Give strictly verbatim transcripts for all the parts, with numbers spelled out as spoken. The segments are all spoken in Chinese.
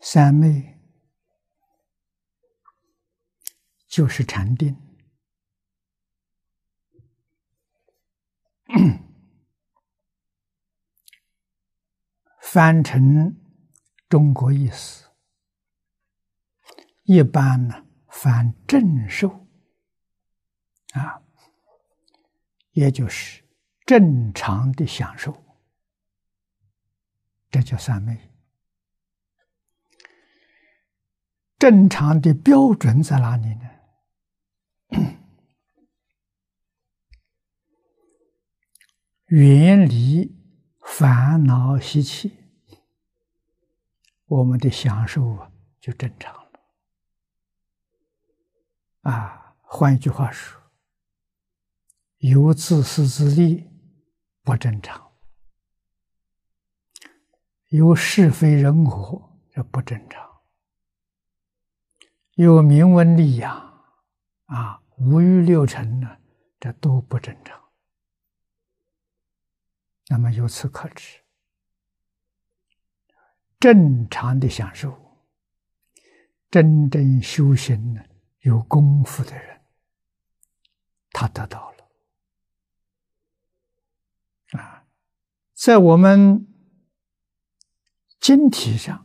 三昧就是禅定。翻成中国意思，一般呢翻正受啊，也就是正常的享受，这叫三昧。正常的标准在哪里呢？远离烦恼习气，我们的享受啊就正常了。啊，换一句话说，有自私自利不正常，有是非人我这不正常，有名闻利养啊，五欲六尘呢，这都不正常。那么由此可知，正常的享受，真正修行呢，有功夫的人，他得到了。啊，在我们经题上，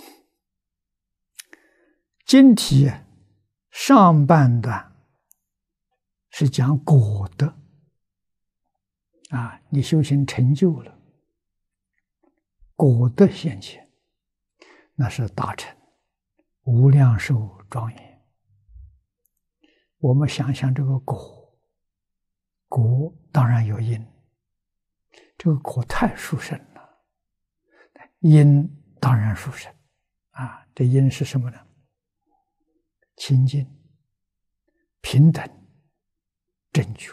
经题上半段是讲果德。啊，你修行成就了，果德现前，那是大成无量寿庄严。我们想想这个果，果当然有因，这个果太殊胜了，因当然殊胜啊。这因是什么呢？清净、平等、正觉。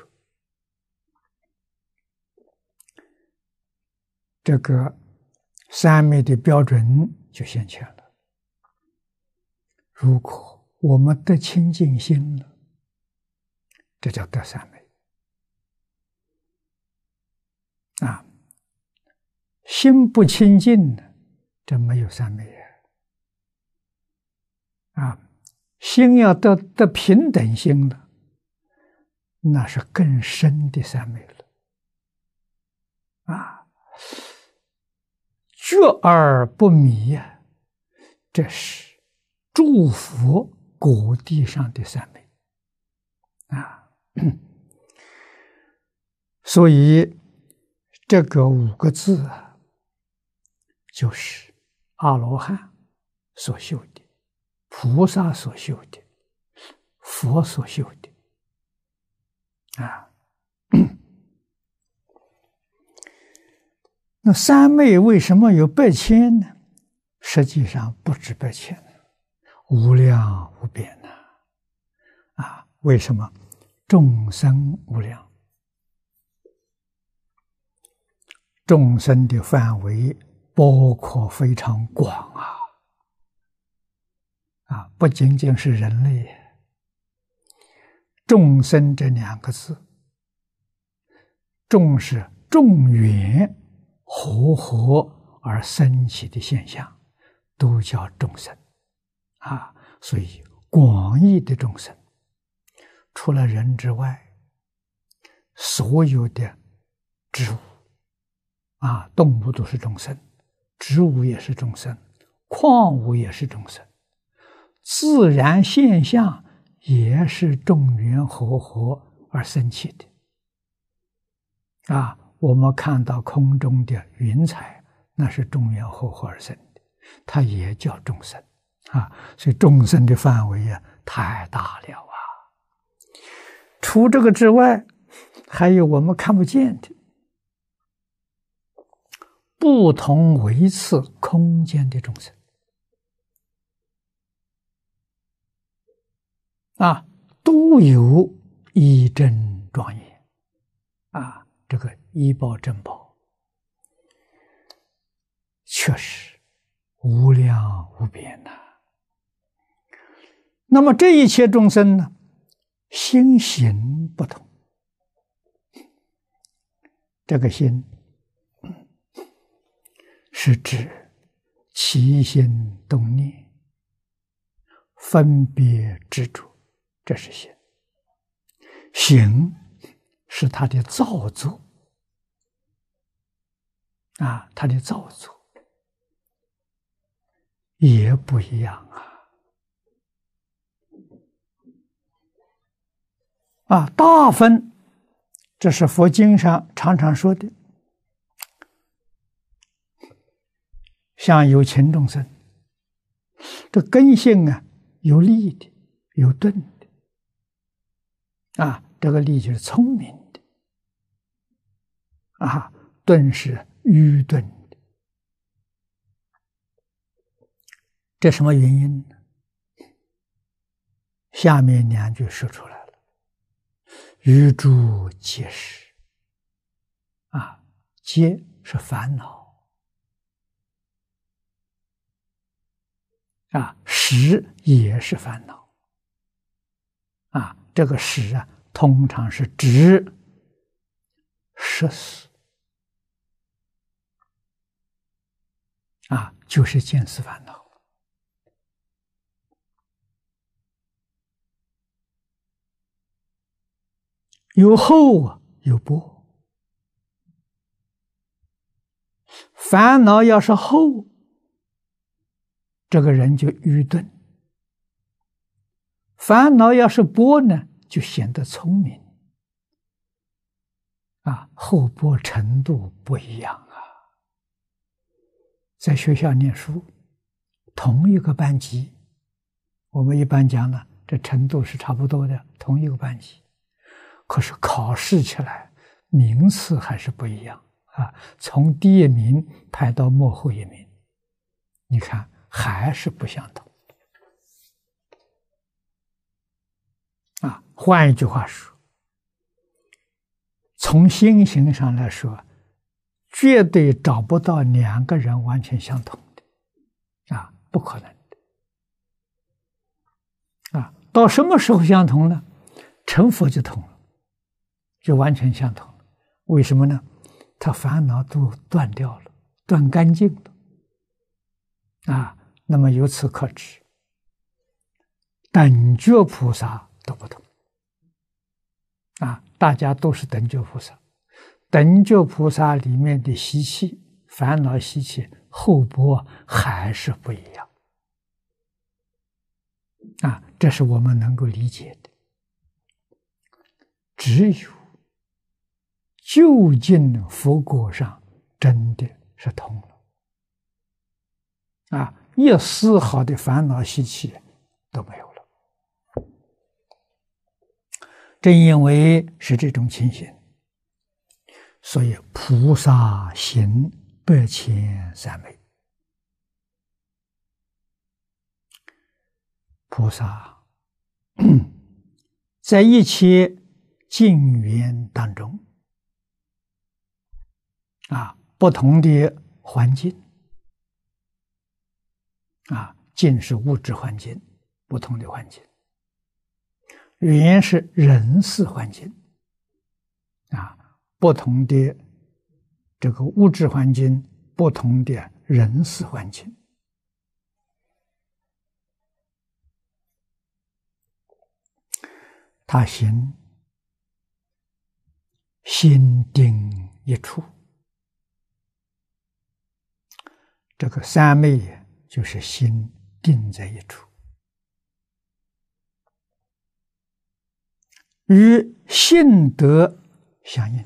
这个三昧的标准就现前了。如果我们得清净心了，这叫得三昧。啊，心不清净呢，这没有三昧啊。心要得得平等心了，那是更深的三昧了。啊。觉而不迷呀，这是诸佛果地上的三昧啊。所以这个五个字啊，就是阿罗汉所修的，菩萨所修的，佛所修的啊。那三昧为什么有百千呢？实际上不止百千，无量无边呐！啊，为什么？众生无量，众生的范围包括非常广啊！啊，不仅仅是人类，众生这两个字，众是众缘和合而生起的现象，都叫众生啊。所以广义的众生，除了人之外，所有的植物啊，动物都是众生，植物也是众生，矿物也是众生，自然现象也是众缘和合而生起的啊。我们看到空中的云彩，那是众缘和合而生的，它也叫众生啊。所以众生的范围啊太大了啊！除这个之外，还有我们看不见的不同维次空间的众生啊，都有一真庄严啊。这个依报正报确实无量无边呐、啊。那么这一切众生呢，心行不同。这个心是指起心动念、分别执着，这是心。行是他的造作啊，他的造作也不一样啊。啊，大分，这是佛经上常常说的，像有情众生，这根性啊，有利的，有钝的。啊，这个利就是聪明的，啊，钝是愚钝的。这什么原因呢？下面两句说出来了：愚诸皆是。啊，皆是烦恼，啊，识也是烦恼。啊，这个识啊，通常是指识思，啊，就是见思烦恼。有后啊，有波。烦恼要是后，这个人就愚钝；烦恼要是波呢，就显得聪明。啊，后波程度不一样啊。在学校念书，同一个班级，我们一般讲呢，这程度是差不多的，同一个班级。可是考试起来，名次还是不一样啊！从第一名排到末后一名，你看还是不相同。啊，换一句话说，从心行上来说，绝对找不到两个人完全相同的，啊，不可能的。啊，到什么时候相同呢？成佛就通了，就完全相同了。为什么呢？他烦恼都断掉了，断干净了。啊，那么由此可知，等觉菩萨都不同。啊，大家都是等觉菩萨，等觉菩萨里面的习气、烦恼习气后波还是不一样。啊，这是我们能够理解的。只有究竟佛果上真的是通了，啊，一丝毫的烦恼习气都没有了。正因为是这种情形，所以菩萨行百千三昧。菩萨在一切境缘当中，啊，不同的环境，啊，境是物质环境，不同的环境。缘是人事环境，啊，不同的这个物质环境，不同的人事环境，他行心定一处。这个三昧就是心定在一处，与性德相应。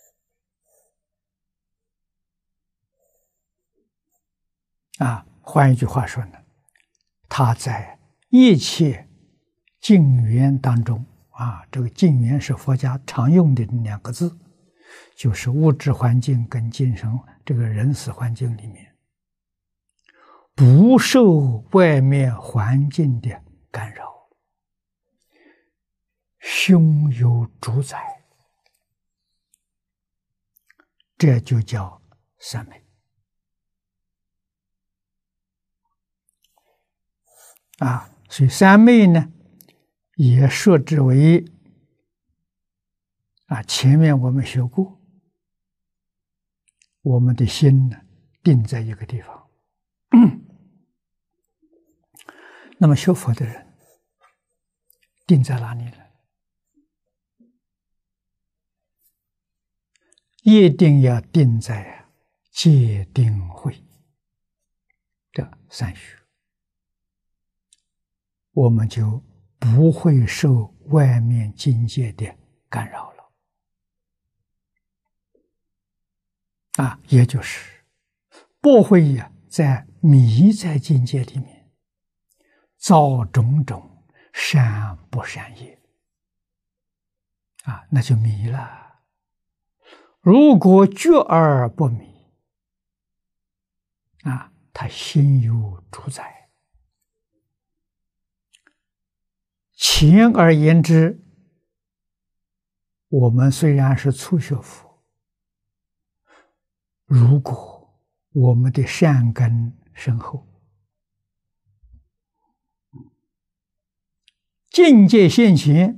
啊，换一句话说呢，他在一切境缘当中，啊，这个境缘是佛家常用的两个字，就是物质环境跟精神这个人事环境里面，不受外面环境的干扰，胸有主宰，这就叫三昧。啊，所以三昧呢，也设置为啊，前面我们学过，我们的心呢定在一个地方， 那么学佛的人定在哪里呢？一定要定在戒定慧这三学，我们就不会受外面境界的干扰了。啊，也就是不会呀，在迷在境界里面造种种善不善业，啊，那就迷了。如果觉而不迷，啊，他心有主宰。简而言之，我们虽然是初学佛，如果我们的善根深厚，境界现前，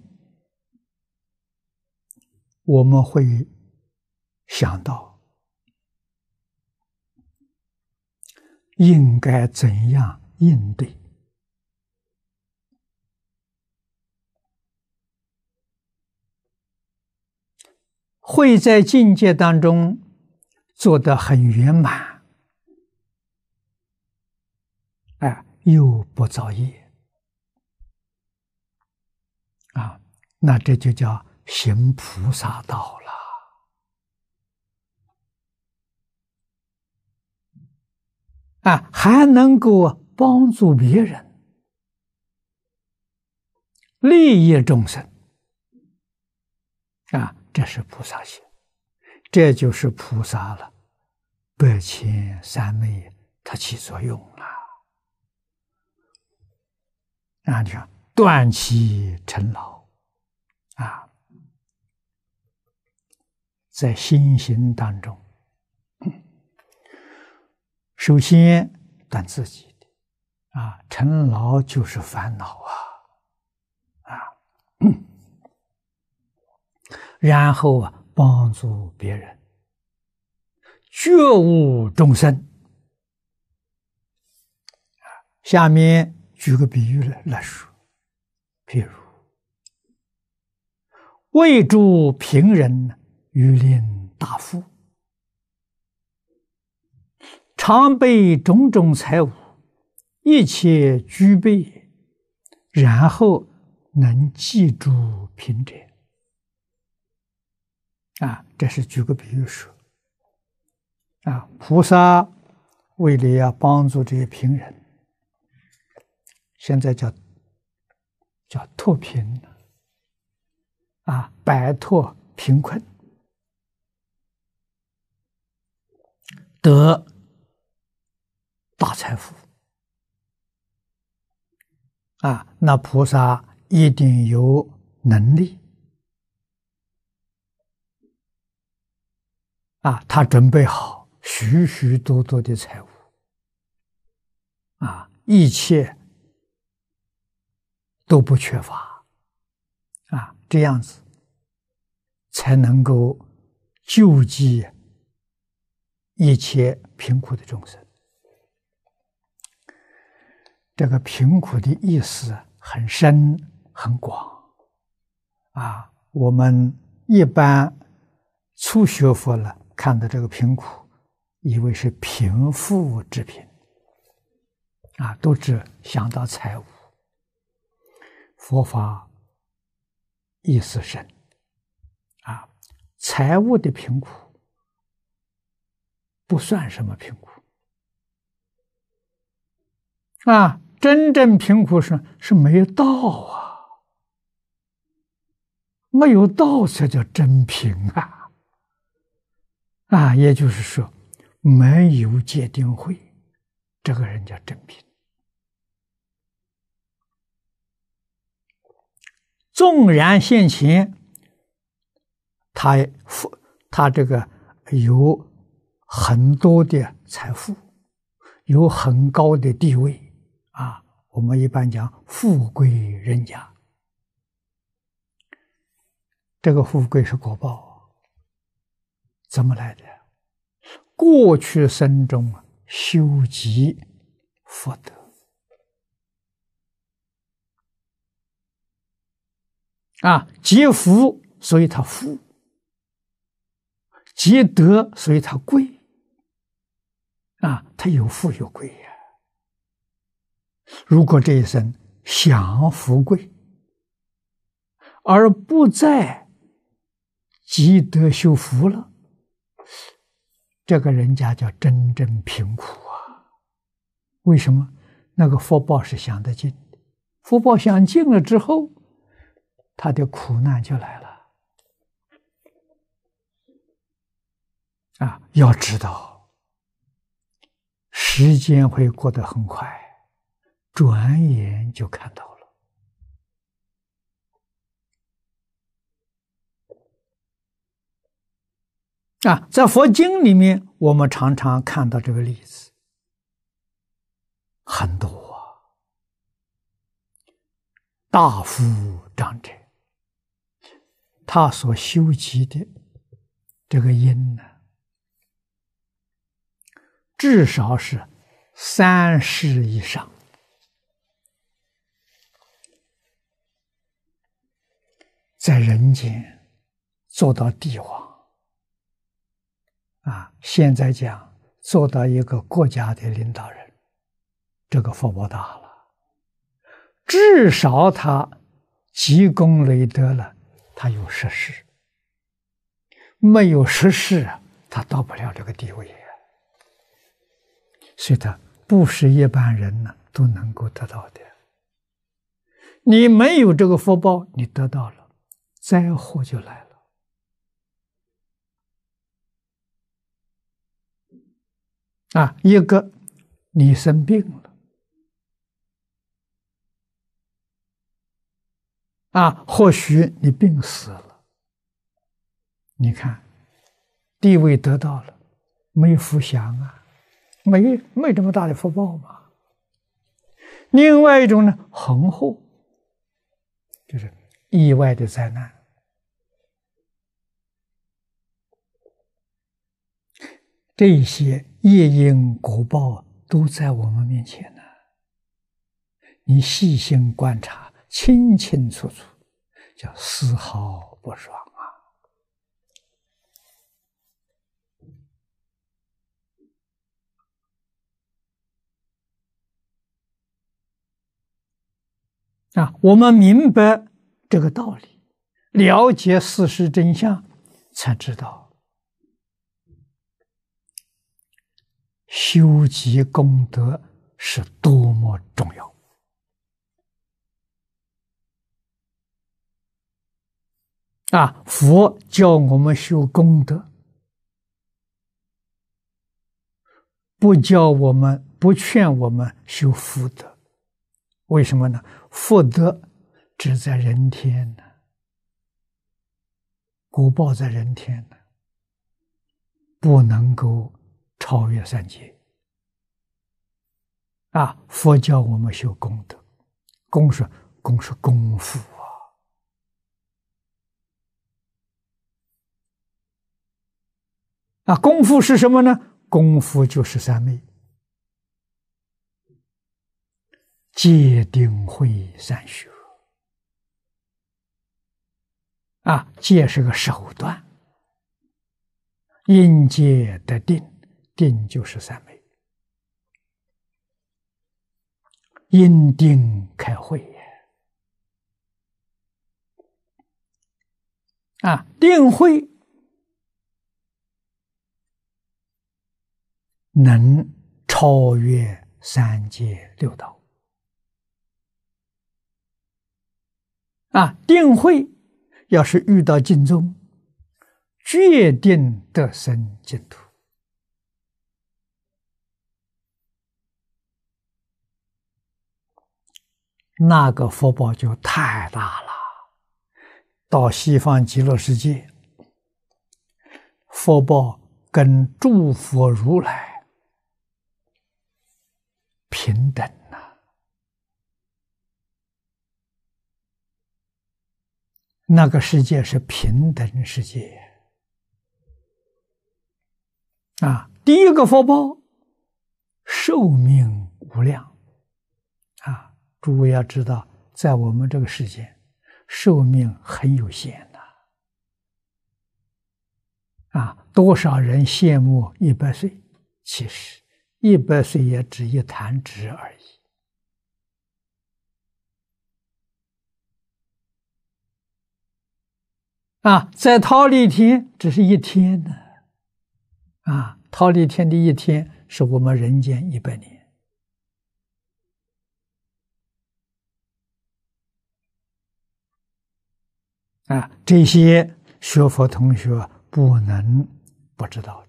我们会想到应该怎样应对，会在境界当中做得很圆满，哎，又不造业，啊，那这就叫行菩萨道了。啊，还能够帮助别人，利益众生，啊，这是菩萨行，这就是菩萨了。百千三昧它起作用了。啊，你看断其尘劳，啊，在心行当中。首先断自己的啊，尘劳就是烦恼啊，啊，然后啊，帮助别人，觉悟众生。下面举个比喻来来说，譬如为助贫人，欲令大富。常备种种财物，一切具备，然后能记住贫者。啊，这是举个比喻说。啊，菩萨为了要帮助这些贫人，现在叫叫脱贫，啊，摆脱贫困，得大财富，啊，那菩萨一定有能力，啊，他准备好许许多多的财物，啊，一切都不缺乏，啊，这样子才能够救济一切贫苦的众生。这个贫苦的意思很深很广，啊，我们一般初学佛了，看到这个贫苦，以为是贫富之贫，啊，都只想到财物。佛法意思深，啊，财物的贫苦不算什么贫苦，啊，真正贫苦是是没有道啊，没有道才叫真贫啊，啊，也就是说，没有戒定慧，这个人叫真贫。纵然现前，他他这个有很多的财富，有很高的地位。啊，我们一般讲富贵人家，这个富贵是果报，怎么来的？过去生中修集福德， 啊，积福，所以它富；积德，所以它贵。啊，它有富有贵呀。如果这一生享富贵，而不再积德修福了，这个人家叫真正贫苦啊。为什么？那个福报是享得尽的，福报享尽了之后，他的苦难就来了。啊，要知道，时间会过得很快，转眼就看到了。啊，在佛经里面，我们常常看到这个例子很多啊。大夫长者，他所修集的这个因呢，至少是三世以上，在人间做到帝王啊，现在讲做到一个国家的领导人，这个福报大了。至少他积功累德了，他有实事；没有实事，他到不了这个地位。所以他不是一般人呢都能够得到的。你没有这个福报，你得到了，灾祸就来了。啊，一个你生病了，啊，或许你病死了，你看地位得到了，没福享啊。没没这么大的福报嘛。另外一种呢，横祸，就是意外的灾难。这些业因果报都在我们面前呢，你细心观察，清清楚楚，叫丝毫不爽啊。啊，我们明白这个道理，了解事实真相，才知道修集功德是多么重要。啊，佛教我们修功德，不教我们，不劝我们修福德。为什么呢？福德只在人天呢，果报在人天呢，不能够超越三界。啊，佛教我们修功德，功是功是功夫啊。啊，功夫是什么呢？功夫就是三昧。戒定慧三学啊，戒是个手段，因戒得定，定就是三昧，因定开慧啊，定慧能超越三界六道。啊，定慧要是遇到净宗，决定得生净土。那个福报就太大了。到西方极乐世界，福报跟诸佛如来平等。那个世界是平等世界啊！第一个福报，寿命无量啊！诸位要知道，在我们这个世界， 寿命很有限呐。啊，多少人羡慕一百岁，其实一百岁也只一弹指而已。啊，在忉利天只是一天呢。啊，忉利天的一天是我们人间一百年。啊，这些学佛同学不能不知道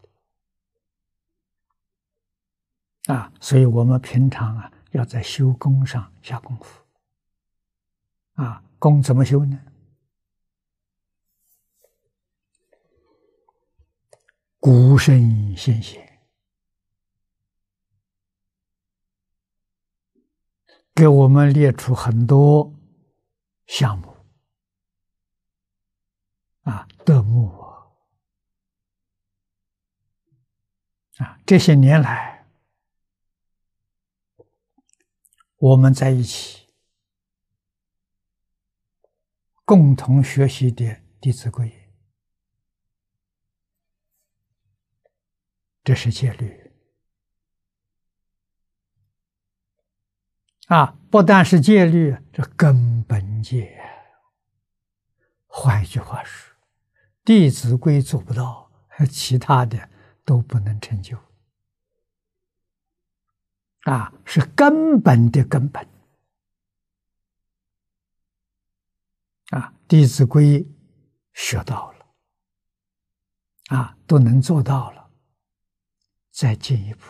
的。啊，所以我们平常啊要在修功上下功夫。啊，功怎么修呢？古圣先贤给我们列出很多项目。啊，德目啊，这些年来我们在一起共同学习的《弟子规》，这是戒律啊，不但是戒律，这根本戒。换一句话说，《弟子规》做不到，其他的都不能成就。啊，是根本的根本。啊，《弟子规》学到了，啊，都能做到了，再进一步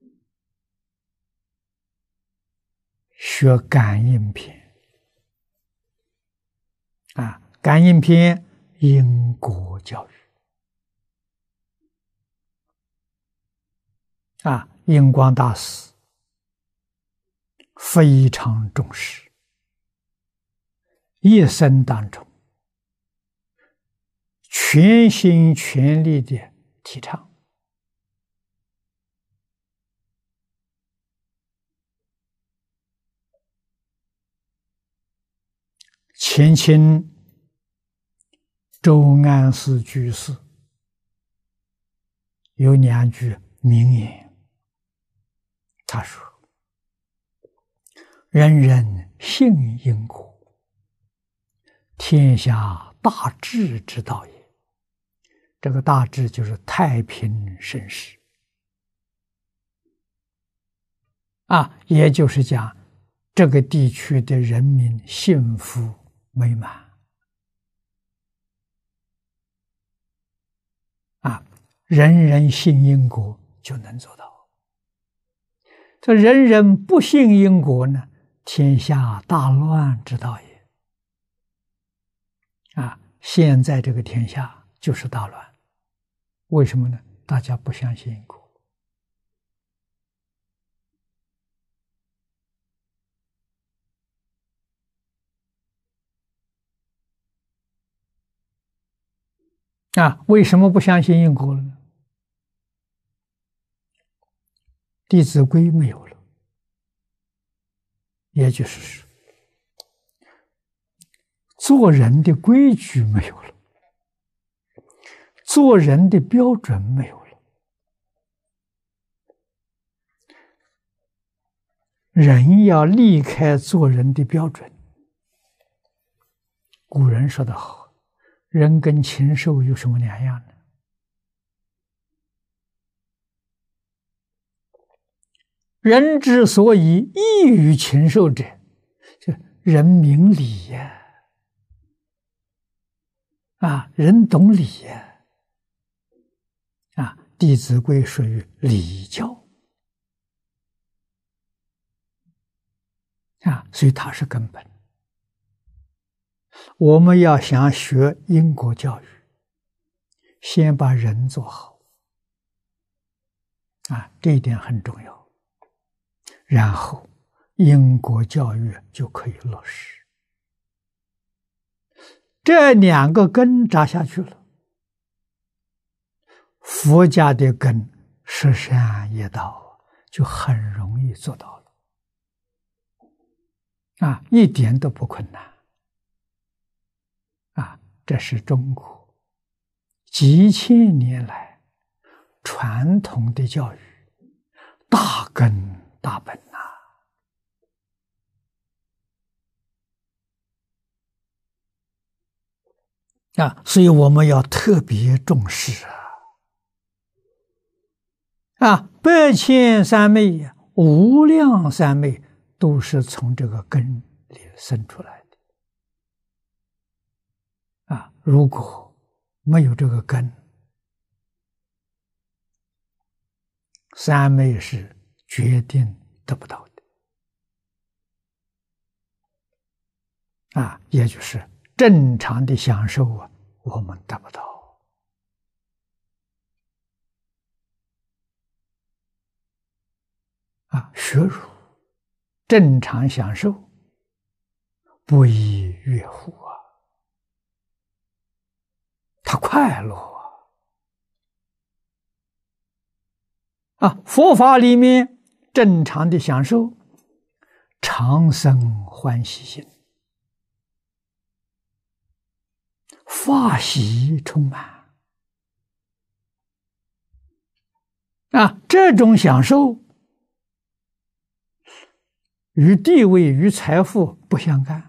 学感应篇。啊，感应篇因果教育。啊，印光大师非常重视，一生当中全心全力的提倡。前清周安世居士有两句名言，他说：“人人信因果，天下大治之道也。”这个大治就是太平盛世啊，也就是讲这个地区的人民幸福美满啊，人人信因果就能做到。这人人不信因果呢，天下大乱之道也。啊，现在这个天下就是大乱，为什么呢？大家不相信因果。啊，为什么不相信因果了呢？《弟子规》没有了，也就是说，做人的规矩没有了，做人的标准没有了，人要离开做人的标准。古人说得好，人跟禽兽有什么两样呢？人之所以异于禽兽者，就人明理呀，啊，人懂理呀，啊，《弟子规》属于礼教，啊，所以它是根本。我们要想学因果教育，先把人做好，啊，这一点很重要。然后因果教育就可以落实。这两个根扎下去了，佛家的根十善业道就很容易做到了，啊，一点都不困难。 这是中国几千年来传统的教育大根大本呐！啊，所以我们要特别重视啊！啊，百千三昧呀，无量三昧都是从这个根里生出来的。啊，如果没有这个根，三昧是决定得不到的。啊，也就是正常的享受啊，我们得不到。啊，学儒正常享受，不亦乐乎啊！他快乐啊！啊，佛法里面正常的享受，常生欢喜心，法喜充满啊！这种享受与地位与财富不相干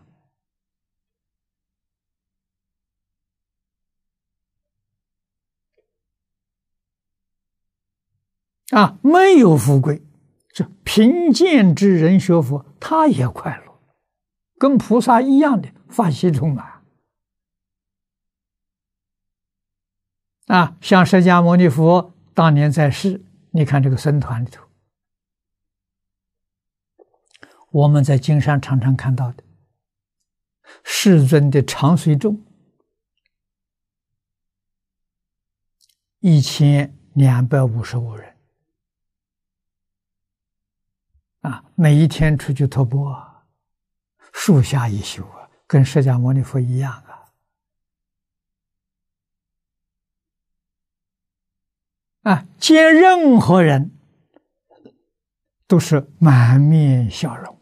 啊！没有富贵，这贫贱之人学佛，他也快乐，跟菩萨一样的法喜充满啊！像释迦牟尼佛当年在世，你看这个僧团里头，我们在经上常常看到的世尊的长随众一千两百五十五人啊，每一天出去托钵啊，树下一宿啊，跟释迦牟尼佛一样啊啊，见任何人都是满面笑容，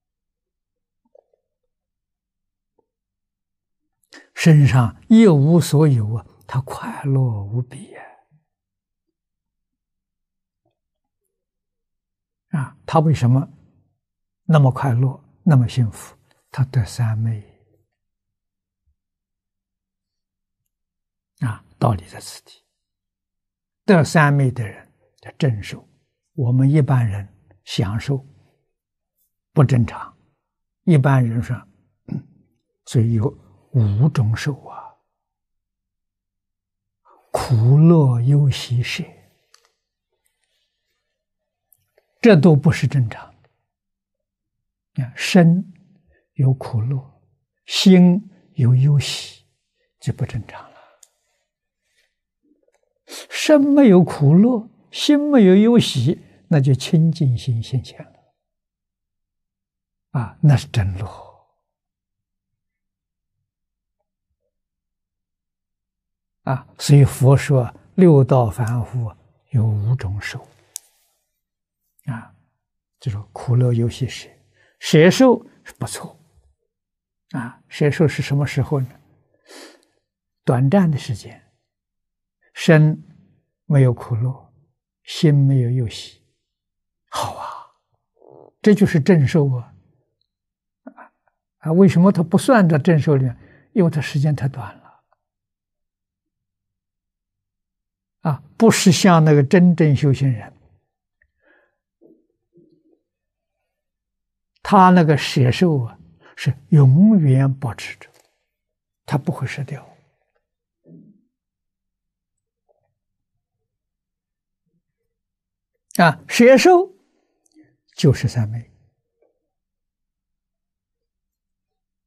身上一无所有啊，他快乐无比呀！啊，他为什么那么快乐，那么幸福？他得三昧啊，道理在此地。得三昧的人叫正受，我们一般人享受不正常，一般人说，所以有五种受啊，苦乐忧喜舍，这都不是正常的。身有苦乐，心有忧喜，就不正常了。身没有苦乐，心没有忧喜，那就清净心现前了啊，那是真乐。啊，所以佛说六道凡夫有五种受啊，就是苦乐忧喜舍。舍受是不错啊，舍受是什么时候呢？短暂的时间，身没有苦乐，心没有忧喜，好啊，这就是正受啊！啊，为什么他不算在正受里面？因为他时间太短了啊，不是像那个真正修行人，他那个舍受啊，是永远保持着，他不会失掉。啊，舍受就是三昧